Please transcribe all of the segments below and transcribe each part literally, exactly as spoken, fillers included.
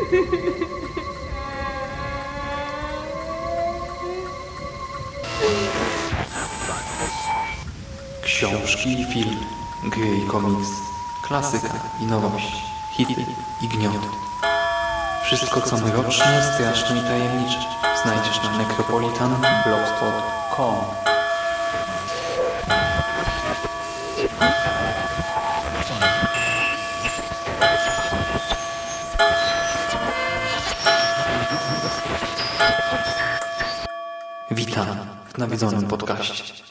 Książki i film, gry i komiks, klasyka i nowość, hity i gnioty. Wszystko co mroczne, straszne i tajemnicze znajdziesz na necropolitan blogspot kropka com. Witam w nawiedzonym podcaście.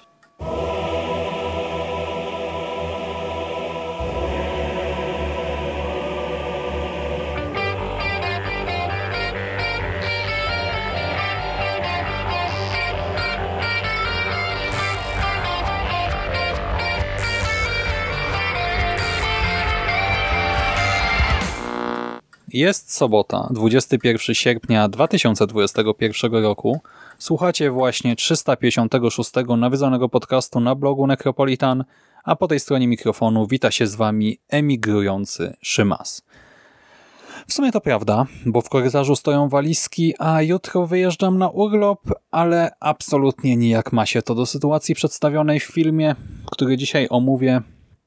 Jest sobota, dwudziestego pierwszego sierpnia dwa tysiące dwudziestego pierwszego roku. Słuchacie właśnie trzysta pięćdziesiątego szóstego nawiedzonego podcastu na blogu Necropolitan, a po tej stronie mikrofonu wita się z wami emigrujący Szymas. W sumie to prawda, bo w korytarzu stoją walizki, a jutro wyjeżdżam na urlop, ale absolutnie nijak ma się to do sytuacji przedstawionej w filmie, który dzisiaj omówię,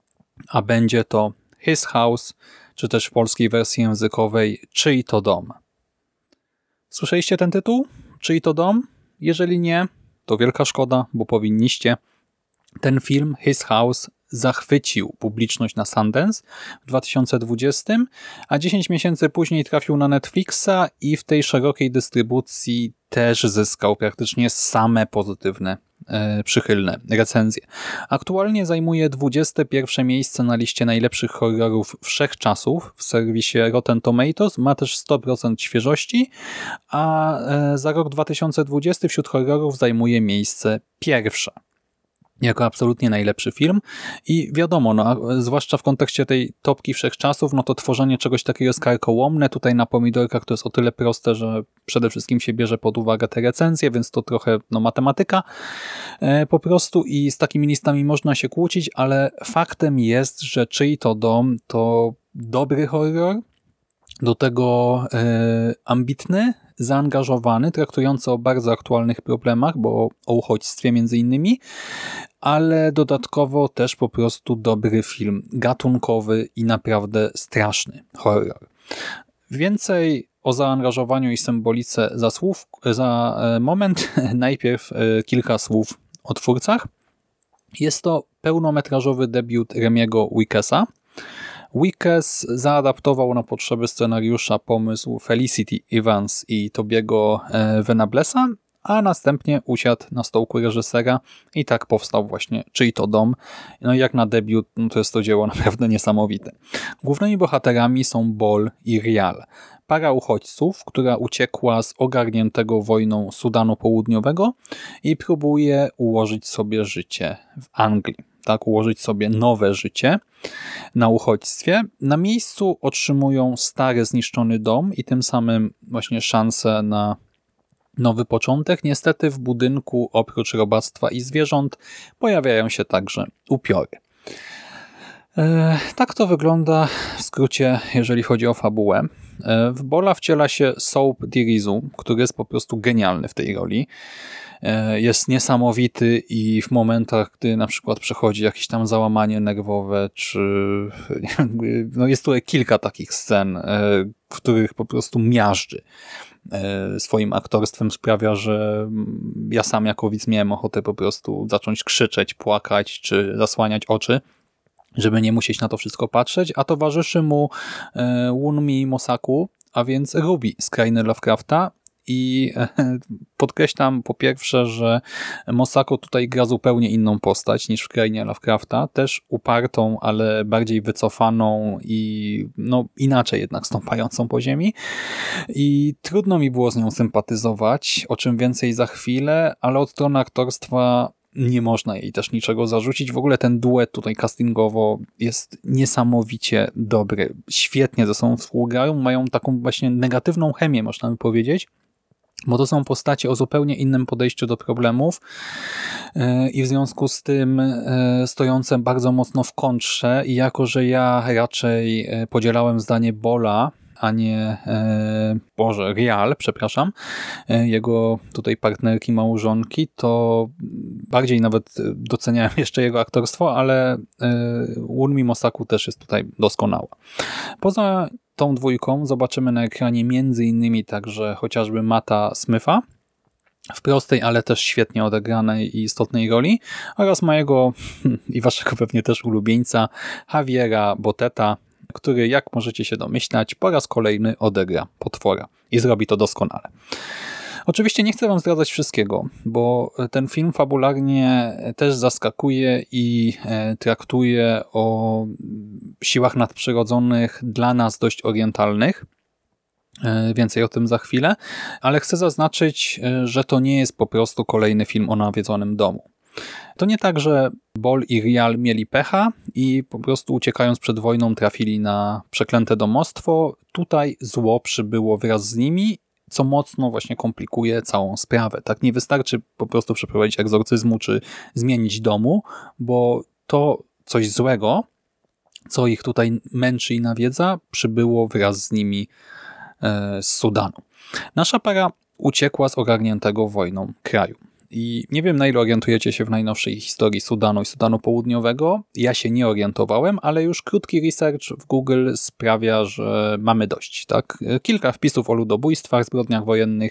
a będzie to His House, czy też w polskiej wersji językowej Czyj to dom. Słyszeliście ten tytuł? Czyj to dom? Jeżeli nie, to wielka szkoda, bo powinniście. Ten film, His House, zachwycił publiczność na Sundance w dwa tysiące dwudziestym, a dziesięć miesięcy później trafił na Netflixa i w tej szerokiej dystrybucji też zyskał praktycznie same pozytywne, e, przychylne recenzje. Aktualnie zajmuje dwudzieste pierwsze miejsce na liście najlepszych horrorów wszechczasów w serwisie Rotten Tomatoes. Ma też sto procent świeżości, a e, za rok dwa tysiące dwudziesty wśród horrorów zajmuje miejsce pierwsze jako absolutnie najlepszy film. I wiadomo, no, zwłaszcza w kontekście tej topki wszechczasów, no to tworzenie czegoś takiego jest karkołomne. Tutaj na pomidorkach to jest o tyle proste, że przede wszystkim się bierze pod uwagę te recenzje, więc to trochę no, matematyka e, po prostu i z takimi listami można się kłócić, ale faktem jest, że Czyj to dom to dobry horror, do tego e, ambitny, zaangażowany, traktujący o bardzo aktualnych problemach, bo o uchodźstwie między innymi, ale dodatkowo też po prostu dobry film, gatunkowy i naprawdę straszny horror. Więcej o zaangażowaniu i symbolice za, słów, za moment. Najpierw kilka słów o twórcach. Jest to pełnometrażowy debiut Remiego Wickesa. Wickes zaadaptował na potrzeby scenariusza pomysł Felicity Evans i Tobiego Venablesa, a następnie usiadł na stołku reżysera i tak powstał właśnie Czyj to dom. No i jak na debiut, no to jest to dzieło naprawdę niesamowite. Głównymi bohaterami są Bol i Rial, para uchodźców, która uciekła z ogarniętego wojną Sudanu Południowego i próbuje ułożyć sobie życie w Anglii. Tak, ułożyć sobie nowe życie na uchodźstwie. Na miejscu otrzymują stary, zniszczony dom i tym samym właśnie szansę na nowy początek. Niestety w budynku oprócz robactwa i zwierząt pojawiają się także upiory. E, tak to wygląda w skrócie, jeżeli chodzi o fabułę. E, w Bola wciela się Soap Dirizu, który jest po prostu genialny w tej roli. Jest niesamowity i w momentach, gdy na przykład przechodzi jakieś tam załamanie nerwowe, czy no jest tutaj kilka takich scen, w których po prostu miażdży swoim aktorstwem, sprawia, że ja sam jako widz miałem ochotę po prostu zacząć krzyczeć, płakać, czy zasłaniać oczy, żeby nie musieć na to wszystko patrzeć, a towarzyszy mu Wunmi Mosaku, a więc Ruby z Krainy Lovecrafta. I podkreślam po pierwsze, że Mosaku tutaj gra zupełnie inną postać niż w Krainie Lovecrafta, też upartą, ale bardziej wycofaną i no inaczej jednak stąpającą po ziemi. I trudno mi było z nią sympatyzować, o czym więcej za chwilę, ale od strony aktorstwa nie można jej też niczego zarzucić. W ogóle ten duet tutaj castingowo jest niesamowicie dobry. Świetnie ze sobą współgrają, mają taką właśnie negatywną chemię, można by powiedzieć, bo to są postacie o zupełnie innym podejściu do problemów i w związku z tym stojące bardzo mocno w kontrze i jako, że ja raczej podzielałem zdanie Bola, a nie e, Boże, Rial, przepraszam, e, jego tutaj partnerki, małżonki, to bardziej nawet doceniałem jeszcze jego aktorstwo, ale e, Wunmi Mosaku też jest tutaj doskonała. Poza tą dwójką zobaczymy na ekranie między innymi także chociażby Matta Smitha w prostej, ale też świetnie odegranej i istotnej roli oraz mojego i waszego pewnie też ulubieńca Javiera Boteta, który, jak możecie się domyślać, po raz kolejny odegra potwora i zrobi to doskonale. Oczywiście nie chcę wam zdradzać wszystkiego, bo ten film fabularnie też zaskakuje i traktuje o siłach nadprzyrodzonych dla nas dość orientalnych. Więcej o tym za chwilę, ale chcę zaznaczyć, że to nie jest po prostu kolejny film o nawiedzonym domu. To nie tak, że Bol i Rial mieli pecha i po prostu uciekając przed wojną trafili na przeklęte domostwo. Tutaj zło przybyło wraz z nimi, co mocno właśnie komplikuje całą sprawę. Tak, nie wystarczy po prostu przeprowadzić egzorcyzmu czy zmienić domu, bo to coś złego, co ich tutaj męczy i nawiedza, przybyło wraz z nimi z Sudanu. Nasza para uciekła z ogarniętego wojną kraju. I nie wiem, na ile orientujecie się w najnowszej historii Sudanu i Sudanu Południowego. Ja się nie orientowałem, ale już krótki research w Google sprawia, że mamy dość. Tak? Kilka wpisów o ludobójstwach, zbrodniach wojennych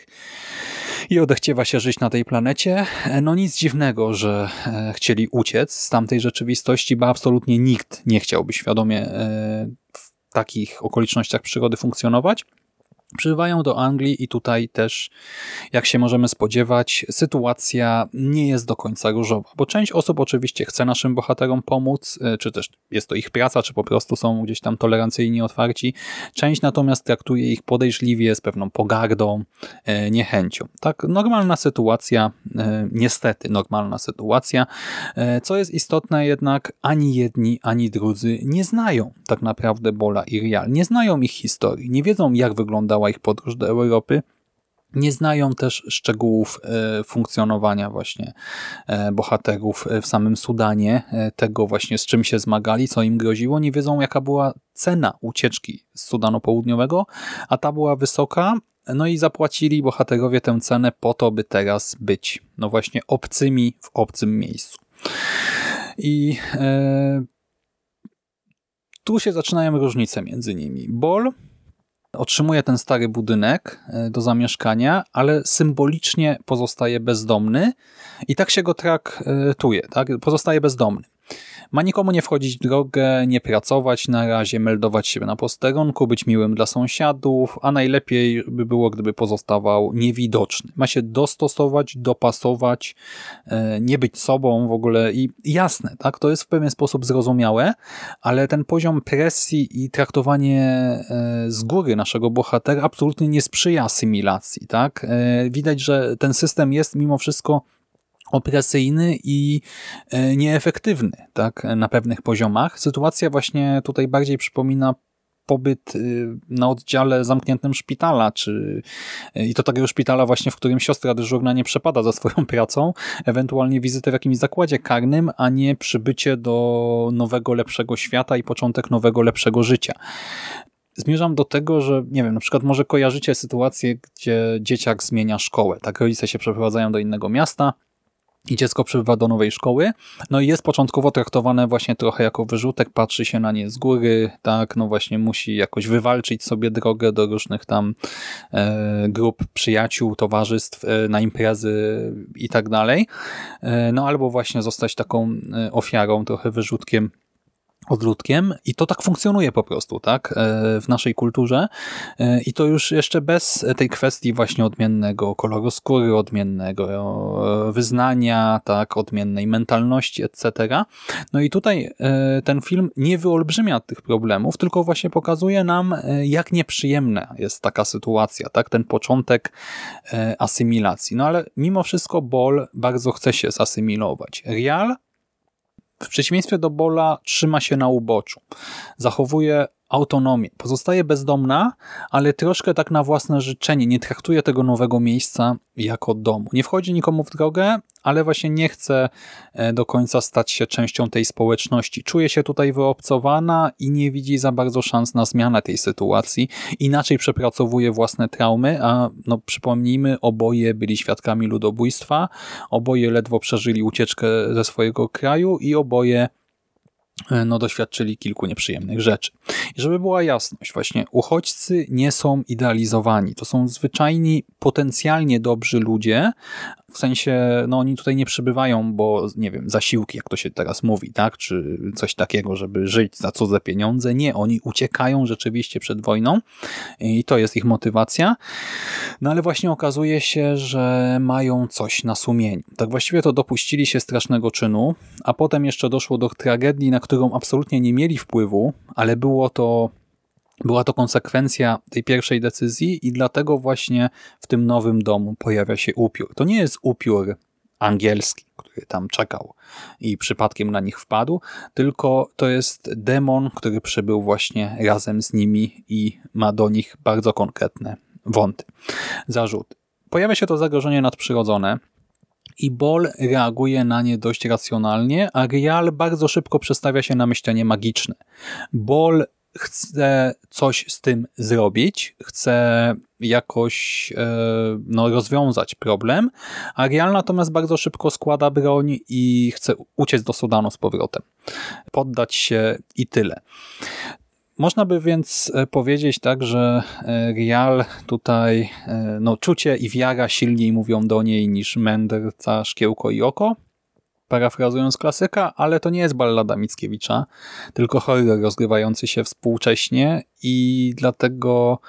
i odechciewa się żyć na tej planecie. No nic dziwnego, że chcieli uciec z tamtej rzeczywistości, bo absolutnie nikt nie chciałby świadomie w takich okolicznościach przyrody funkcjonować. Przybywają do Anglii i tutaj też, jak się możemy spodziewać, sytuacja nie jest do końca różowa, bo część osób oczywiście chce naszym bohaterom pomóc, czy też jest to ich praca, czy po prostu są gdzieś tam tolerancyjni, otwarci. Część natomiast traktuje ich podejrzliwie, z pewną pogardą, niechęcią. Tak, normalna sytuacja, niestety normalna sytuacja. Co jest istotne jednak, ani jedni, ani drudzy nie znają tak naprawdę Bola i Rial. Nie znają ich historii, nie wiedzą, jak wyglądała ich podróż do Europy, nie znają też szczegółów funkcjonowania właśnie bohaterów w samym Sudanie, tego właśnie z czym się zmagali, co im groziło, nie wiedzą jaka była cena ucieczki z Sudanu Południowego, a ta była wysoka, no i zapłacili bohaterowie tę cenę po to, by teraz być no właśnie obcymi w obcym miejscu. I e, tu się zaczynają różnice między nimi. Bol otrzymuje ten stary budynek do zamieszkania, ale symbolicznie pozostaje bezdomny i tak się go traktuje, tak? Pozostaje bezdomny. Ma nikomu nie wchodzić w drogę, nie pracować na razie, meldować się na posterunku, być miłym dla sąsiadów, a najlepiej by było, gdyby pozostawał niewidoczny. Ma się dostosować, dopasować, nie być sobą w ogóle i jasne, tak, to jest w pewien sposób zrozumiałe, ale ten poziom presji i traktowanie z góry naszego bohatera absolutnie nie sprzyja asymilacji, tak. Widać, że ten system jest mimo wszystko opresyjny i nieefektywny, tak, na pewnych poziomach. Sytuacja właśnie tutaj bardziej przypomina pobyt na oddziale zamkniętym szpitala, czy i to takiego szpitala właśnie, w którym siostra dyżurna nie przepada za swoją pracą, ewentualnie wizytę w jakimś zakładzie karnym, a nie przybycie do nowego, lepszego świata i początek nowego, lepszego życia. Zmierzam do tego, że nie wiem, na przykład może kojarzycie sytuację, gdzie dzieciak zmienia szkołę, tak, rodzice się przeprowadzają do innego miasta, i dziecko przybywa do nowej szkoły, no i jest początkowo traktowane właśnie trochę jako wyrzutek, patrzy się na nie z góry, tak, no właśnie musi jakoś wywalczyć sobie drogę do różnych tam e, grup przyjaciół, towarzystw, e, na imprezy i tak dalej, e, no albo właśnie zostać taką e, ofiarą, trochę wyrzutkiem, odludkiem i to tak funkcjonuje po prostu, tak, w naszej kulturze i to już jeszcze bez tej kwestii właśnie odmiennego koloru skóry, odmiennego wyznania, tak, odmiennej mentalności, et cetera. No i tutaj ten film nie wyolbrzymia tych problemów, tylko właśnie pokazuje nam, jak nieprzyjemna jest taka sytuacja, tak, ten początek asymilacji. No ale mimo wszystko Bol bardzo chce się zasymilować. Rial w przeciwieństwie do Bola trzyma się na uboczu. Zachowuje autonomię. Pozostaje bezdomna, ale troszkę tak na własne życzenie. Nie traktuje tego nowego miejsca jako domu. Nie wchodzi nikomu w drogę, ale właśnie nie chce do końca stać się częścią tej społeczności. Czuje się tutaj wyobcowana i nie widzi za bardzo szans na zmianę tej sytuacji. Inaczej przepracowuje własne traumy, a no przypomnijmy, oboje byli świadkami ludobójstwa, oboje ledwo przeżyli ucieczkę ze swojego kraju i oboje no, doświadczyli kilku nieprzyjemnych rzeczy. I żeby była jasność, właśnie uchodźcy nie są idealizowani. To są zwyczajni, potencjalnie dobrzy ludzie, w sensie, no oni tutaj nie przybywają, bo nie wiem, zasiłki, jak to się teraz mówi, tak, czy coś takiego, żeby żyć za cudze pieniądze. Nie, oni uciekają rzeczywiście przed wojną i to jest ich motywacja. No ale właśnie okazuje się, że mają coś na sumieniu. Tak właściwie to dopuścili się strasznego czynu, a potem jeszcze doszło do tragedii, na którą absolutnie nie mieli wpływu, ale było to Była to konsekwencja tej pierwszej decyzji i dlatego właśnie w tym nowym domu pojawia się upiór. To nie jest upiór angielski, który tam czekał i przypadkiem na nich wpadł, tylko to jest demon, który przybył właśnie razem z nimi i ma do nich bardzo konkretne wąty, zarzuty. Pojawia się to zagrożenie nadprzyrodzone i Ball reaguje na nie dość racjonalnie, a Rial bardzo szybko przestawia się na myślenie magiczne. Ball chce coś z tym zrobić, chce jakoś e, no, rozwiązać problem, a Rial natomiast bardzo szybko składa broń i chce uciec do Sudanu z powrotem. Poddać się i tyle. Można by więc powiedzieć tak, że Rial tutaj, no czucie i wiara silniej mówią do niej niż mędrca, szkiełko i oko, parafrazując klasyka, ale to nie jest ballada Mickiewicza, tylko horror rozgrywający się współcześnie i dlatego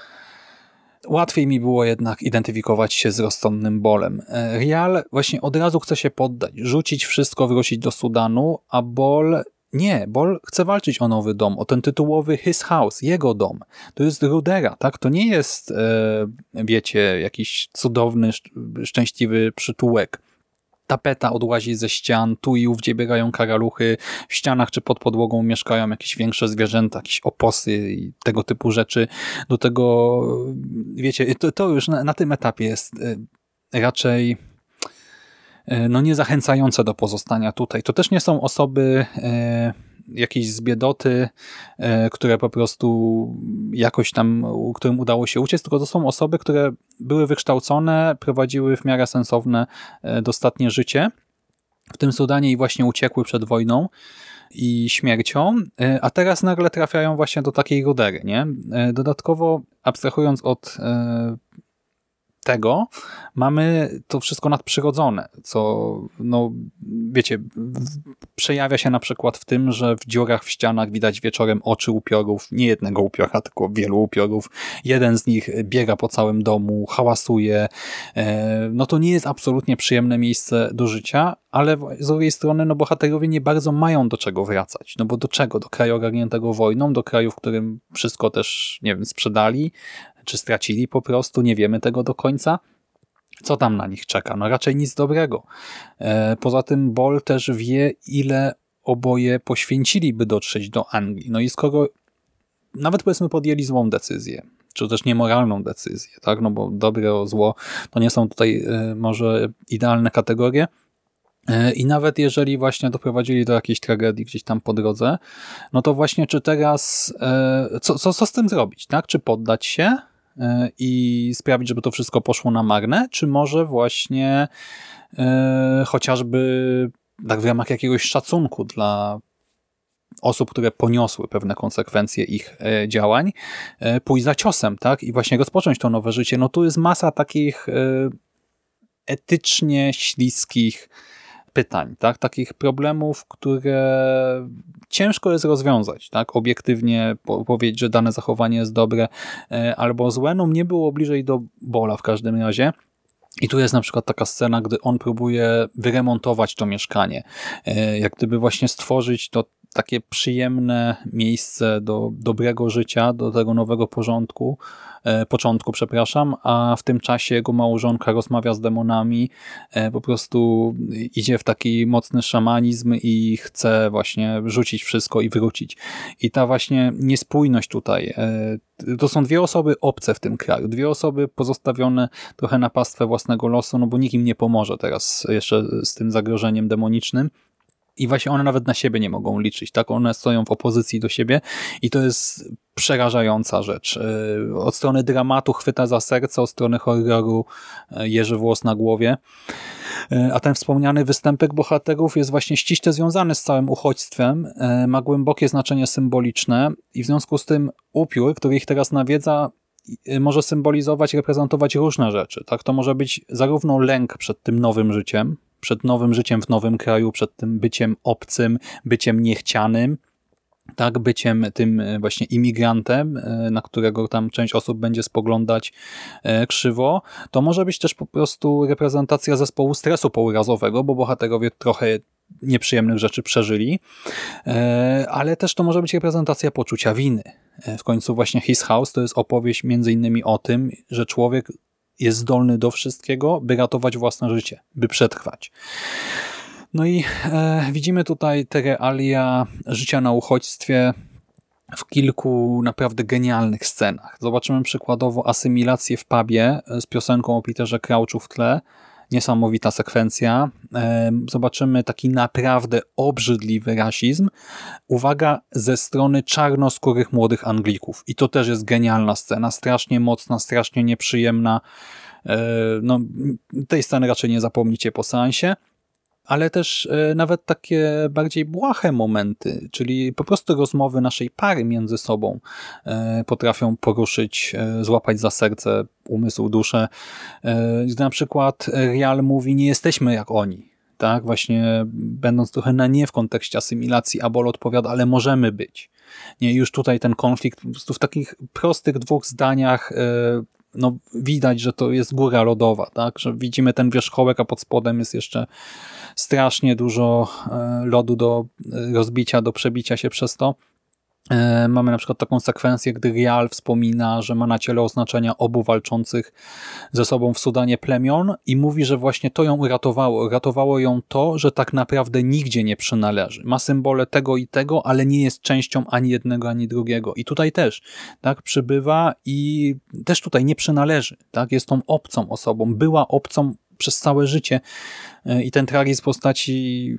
łatwiej mi było jednak identyfikować się z rozsądnym Ballem. Rial właśnie od razu chce się poddać, rzucić wszystko, wrócić do Sudanu, a Ball nie, Ball chce walczyć o nowy dom, o ten tytułowy his house, jego dom. To jest Rudera, tak? To nie jest, e, wiecie, jakiś cudowny, szczęśliwy przytułek. Tapeta odłazi ze ścian, tu i ówdzie biegają karaluchy, w ścianach czy pod podłogą mieszkają jakieś większe zwierzęta, jakieś oposy i tego typu rzeczy. Do tego, wiecie, to, to już na, na tym etapie jest e, raczej no niezachęcające do pozostania tutaj. To też nie są osoby e, jakieś z biedoty, e, które po prostu jakoś tam, którym udało się uciec, tylko to są osoby, które były wykształcone, prowadziły w miarę sensowne, e, dostatnie życie w tym Sudanie i właśnie uciekły przed wojną i śmiercią, e, a teraz nagle trafiają właśnie do takiej rudery, nie? E, dodatkowo, abstrahując od e, tego, mamy to wszystko nadprzyrodzone, co, no, wiecie, przejawia się na przykład w tym, że w dziurach w ścianach widać wieczorem oczy upiorów, nie jednego upiora, tylko wielu upiorów. Jeden z nich biega po całym domu, hałasuje. No to nie jest absolutnie przyjemne miejsce do życia, ale z drugiej strony no, bohaterowie nie bardzo mają do czego wracać. No bo do czego? Do kraju ogarniętego wojną, do kraju, w którym wszystko też, nie wiem, sprzedali, czy stracili po prostu, nie wiemy tego do końca. Co tam na nich czeka? No raczej nic dobrego. Poza tym Ball też wie, ile oboje poświęcili, by dotrzeć do Anglii. No i skoro nawet powiedzmy podjęli złą decyzję, czy też niemoralną decyzję, tak? No bo dobre o zło to nie są tutaj może idealne kategorie. I nawet jeżeli właśnie doprowadzili do jakiejś tragedii gdzieś tam po drodze, no to właśnie czy teraz, co, co, co z tym zrobić, tak? Czy poddać się i sprawić, żeby to wszystko poszło na marne, czy może właśnie e, chociażby tak w ramach jakiegoś szacunku dla osób, które poniosły pewne konsekwencje ich e, działań, e, pójść za ciosem, tak? I właśnie rozpocząć to nowe życie. No tu jest masa takich e, etycznie śliskich pytań, tak? Takich problemów, które ciężko jest rozwiązać, tak? Obiektywnie po powiedzieć, że dane zachowanie jest dobre e, albo złe. No mnie było bliżej do Balla w każdym razie. I tu jest na przykład taka scena, gdy on próbuje wyremontować to mieszkanie. E, jak gdyby właśnie stworzyć to takie przyjemne miejsce do dobrego życia, do tego nowego porządku, e, początku, przepraszam, a w tym czasie jego małżonka rozmawia z demonami, e, po prostu idzie w taki mocny szamanizm i chce właśnie rzucić wszystko i wrócić. I ta właśnie niespójność tutaj, e, to są dwie osoby obce w tym kraju, dwie osoby pozostawione trochę na pastwę własnego losu, no bo nikt im nie pomoże teraz jeszcze z tym zagrożeniem demonicznym. I właśnie one nawet na siebie nie mogą liczyć, tak? One stoją w opozycji do siebie i to jest przerażająca rzecz. Od strony dramatu chwyta za serce, od strony horroru jeży włos na głowie. A ten wspomniany występek bohaterów jest właśnie ściśle związany z całym uchodźstwem, ma głębokie znaczenie symboliczne i w związku z tym upiór, który ich teraz nawiedza, może symbolizować, reprezentować różne rzeczy. Tak? To może być zarówno lęk przed tym nowym życiem, przed nowym życiem w nowym kraju, przed tym byciem obcym, byciem niechcianym, tak, byciem tym właśnie imigrantem, na którego tam część osób będzie spoglądać krzywo. To może być też po prostu reprezentacja zespołu stresu pourazowego, bo bohaterowie trochę nieprzyjemnych rzeczy przeżyli, ale też to może być reprezentacja poczucia winy. W końcu właśnie His House to jest opowieść między innymi o tym, że człowiek jest zdolny do wszystkiego, by ratować własne życie, by przetrwać. No i e, widzimy tutaj te realia życia na uchodźstwie w kilku naprawdę genialnych scenach. Zobaczymy przykładowo asymilację w pubie z piosenką o Peterze Crouchu w tle. Niesamowita sekwencja. E, zobaczymy taki naprawdę obrzydliwy rasizm. Uwaga, ze strony czarnoskórych młodych Anglików. I to też jest genialna scena, strasznie mocna, strasznie nieprzyjemna. E, no, tej sceny raczej nie zapomnicie po seansie. Ale też e, nawet takie bardziej błahe momenty, czyli po prostu rozmowy naszej pary między sobą e, potrafią poruszyć, e, złapać za serce, umysł, duszę. E, na przykład Real mówi, nie jesteśmy jak oni. Tak, właśnie będąc trochę na nie w kontekście asymilacji, Abol odpowiada, ale możemy być. Nie, już tutaj ten konflikt po prostu w takich prostych dwóch zdaniach e, no, widać, że to jest góra lodowa, tak, że widzimy ten wierzchołek, a pod spodem jest jeszcze strasznie dużo lodu do rozbicia, do przebicia się przez to. Mamy na przykład taką sekwencję, gdy Real wspomina, że ma na ciele oznaczenia obu walczących ze sobą w Sudanie plemion i mówi, że właśnie to ją uratowało. Uratowało ją to, że tak naprawdę nigdzie nie przynależy. Ma symbole tego i tego, ale nie jest częścią ani jednego, ani drugiego. I tutaj też tak przybywa i też tutaj nie przynależy. Tak? Jest tą obcą osobą. Była obcą przez całe życie i ten tragizm postaci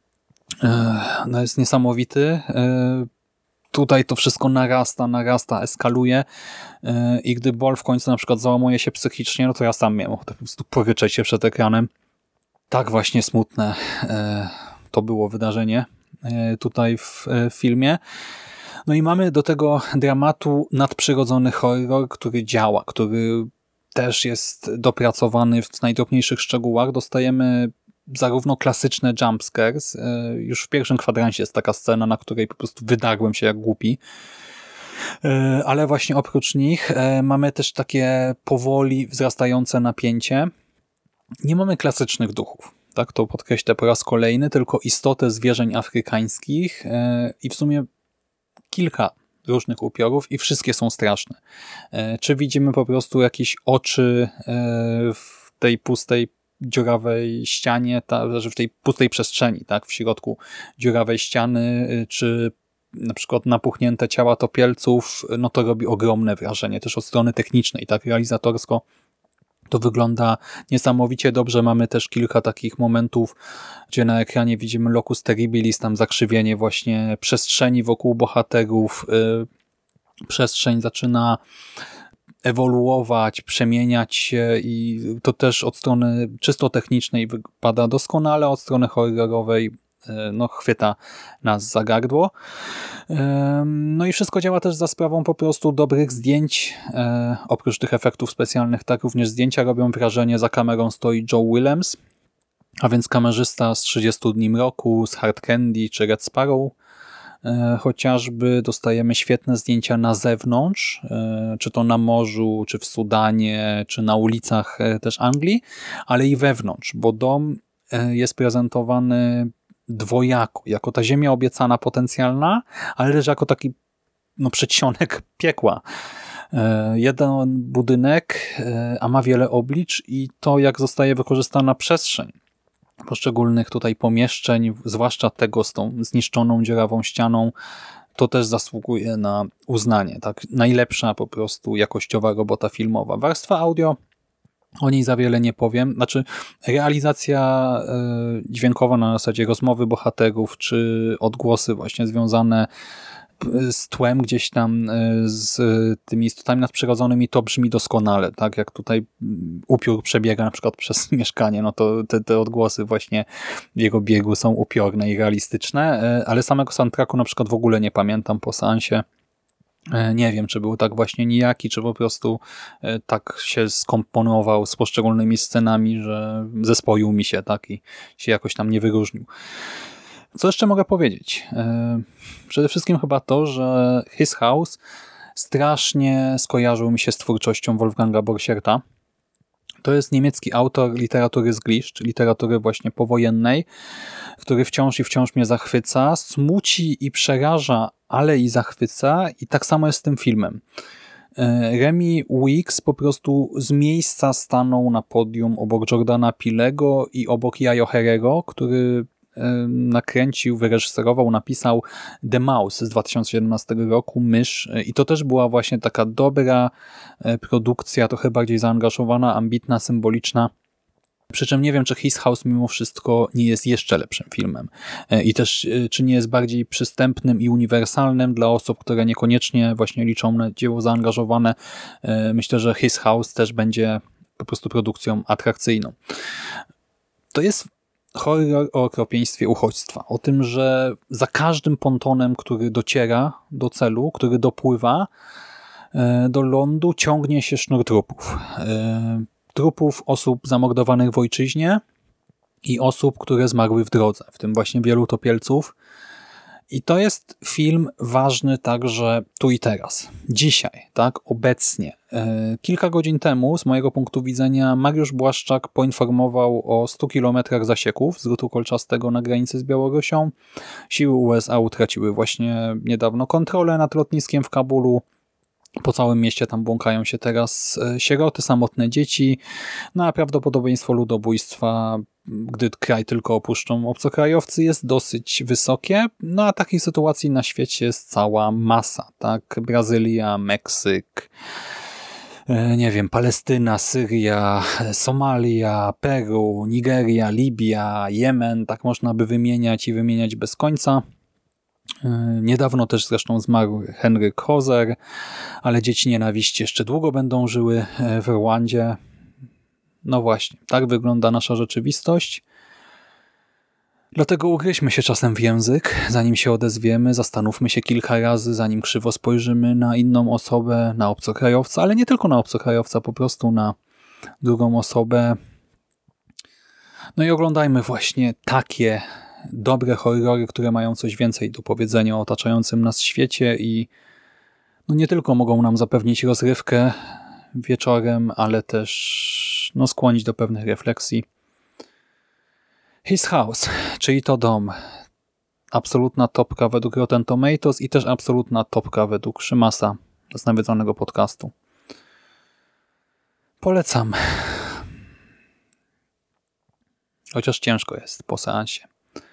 no, jest niesamowity. Tutaj to wszystko narasta, narasta, eskaluje i gdy Bol w końcu na przykład załamuje się psychicznie, no to ja sam miałem ochotę po prostu poryczeć się przed ekranem. Tak właśnie smutne to było wydarzenie tutaj w filmie. No i mamy do tego dramatu nadprzyrodzony horror, który działa, który też jest dopracowany w najdrobniejszych szczegółach. Dostajemy zarówno klasyczne jumpscares, już w pierwszym kwadransie jest taka scena, na której po prostu wydarłem się jak głupi, ale właśnie oprócz nich mamy też takie powoli wzrastające napięcie. Nie mamy klasycznych duchów, tak, to podkreślę po raz kolejny, tylko istotę zwierzeń afrykańskich i w sumie kilka różnych upiorów i wszystkie są straszne. Czy widzimy po prostu jakieś oczy w tej pustej, dziurawej ścianie, ta, w tej pustej przestrzeni, tak, w środku dziurawej ściany, czy na przykład napuchnięte ciała topielców, no to robi ogromne wrażenie, też od strony technicznej, tak, realizatorsko to wygląda niesamowicie dobrze. Mamy też kilka takich momentów, gdzie na ekranie widzimy locus terribilis, tam zakrzywienie właśnie przestrzeni wokół bohaterów. Przestrzeń zaczyna ewoluować, przemieniać się i to też od strony czysto technicznej wypada doskonale, od strony horrorowej no chwyta nas za gardło. No i wszystko działa też za sprawą po prostu dobrych zdjęć. Oprócz tych efektów specjalnych, tak również zdjęcia robią wrażenie. Za kamerą stoi Joe Willems, a więc kamerzysta z trzydziestu dni mroku, z Hard Candy czy Red Sparrow. Chociażby dostajemy świetne zdjęcia na zewnątrz, czy to na morzu, czy w Sudanie, czy na ulicach też Anglii, ale i wewnątrz, bo dom jest prezentowany dwojako, jako ta ziemia obiecana potencjalna, ale też jako taki no, przedsionek piekła. Jeden budynek, a ma wiele oblicz i to, jak zostaje wykorzystana przestrzeń poszczególnych tutaj pomieszczeń, zwłaszcza tego z tą zniszczoną, dziurawą ścianą, to też zasługuje na uznanie. Tak, najlepsza po prostu jakościowa robota filmowa. Warstwa audio, o niej za wiele nie powiem. Znaczy realizacja y, dźwiękowa na zasadzie rozmowy bohaterów, czy odgłosy właśnie związane z tłem gdzieś tam, z tymi istotami nadprzyrodzonymi, to brzmi doskonale, tak jak tutaj upiór przebiega na przykład przez mieszkanie, no to te, te odgłosy właśnie w jego biegu są upiorne i realistyczne, ale samego soundtracku na przykład w ogóle nie pamiętam po seansie. Nie wiem, czy był tak właśnie nijaki, czy po prostu tak się skomponował z poszczególnymi scenami, że zespoił mi się, tak, i się jakoś tam nie wyróżnił. Co jeszcze mogę powiedzieć? Przede wszystkim chyba to, że His House strasznie skojarzył mi się z twórczością Wolfganga Borcherta. To jest niemiecki autor literatury zgliszcz, literatury właśnie powojennej, który wciąż i wciąż mnie zachwyca, smuci i przeraża, ale i zachwyca, i tak samo jest z tym filmem. Remi Weeks po prostu z miejsca stanął na podium obok Jordana Peelego i obok Yayo Herrero, który nakręcił, wyreżyserował, napisał The Mouse z dwa tysiące siedemnastego roku, Mysz, i to też była właśnie taka dobra produkcja, trochę bardziej zaangażowana, ambitna, symboliczna. Przy czym nie wiem, czy His House mimo wszystko nie jest jeszcze lepszym filmem i też czy nie jest bardziej przystępnym i uniwersalnym dla osób, które niekoniecznie właśnie liczą na dzieło zaangażowane. Myślę, że His House też będzie po prostu produkcją atrakcyjną. To jest horror o okropieństwie uchodźstwa. O tym, że za każdym pontonem, który dociera do celu, który dopływa do lądu, ciągnie się sznur trupów. Trupów osób zamordowanych w ojczyźnie i osób, które zmarły w drodze, w tym właśnie wielu topielców. I to jest film ważny także tu i teraz. Dzisiaj, tak, obecnie. Kilka godzin temu, z mojego punktu widzenia, Mariusz Błaszczak poinformował o stu kilometrach zasieków z drutu kolczastego na granicy z Białorusią. Siły U S A utraciły właśnie niedawno kontrolę nad lotniskiem w Kabulu. Po całym mieście tam błąkają się teraz sieroty, samotne dzieci, no a prawdopodobieństwo ludobójstwa, gdy kraj tylko opuszczą obcokrajowcy, jest dosyć wysokie, no a takich sytuacji na świecie jest cała masa, tak? Brazylia, Meksyk, nie wiem, Palestyna, Syria, Somalia, Peru, Nigeria, Libia, Jemen, tak można by wymieniać i wymieniać bez końca. Niedawno też zresztą zmarł Henryk Hozer, ale dzieci nienawiści jeszcze długo będą żyły w Rwandzie. No właśnie, tak wygląda nasza rzeczywistość. Dlatego ugryźmy się czasem w język, zanim się odezwiemy, zastanówmy się kilka razy, zanim krzywo spojrzymy na inną osobę, na obcokrajowca, ale nie tylko na obcokrajowca, po prostu na drugą osobę. No i oglądajmy właśnie takie dobre horrory, które mają coś więcej do powiedzenia o otaczającym nas świecie i no nie tylko mogą nam zapewnić rozrywkę wieczorem, ale też no skłonić do pewnych refleksji. His House, czyli to dom. Absolutna topka według Rotten Tomatoes i też absolutna topka według Szymasa z nawiedzonego podcastu. Polecam. Chociaż ciężko jest po seansie.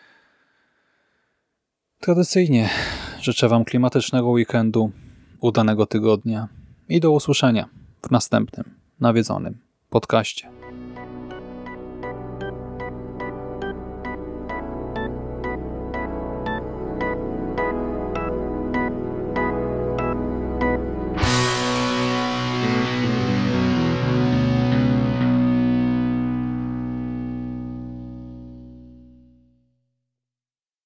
Tradycyjnie życzę Wam klimatycznego weekendu, udanego tygodnia i do usłyszenia w następnym nawiedzonym podcaście.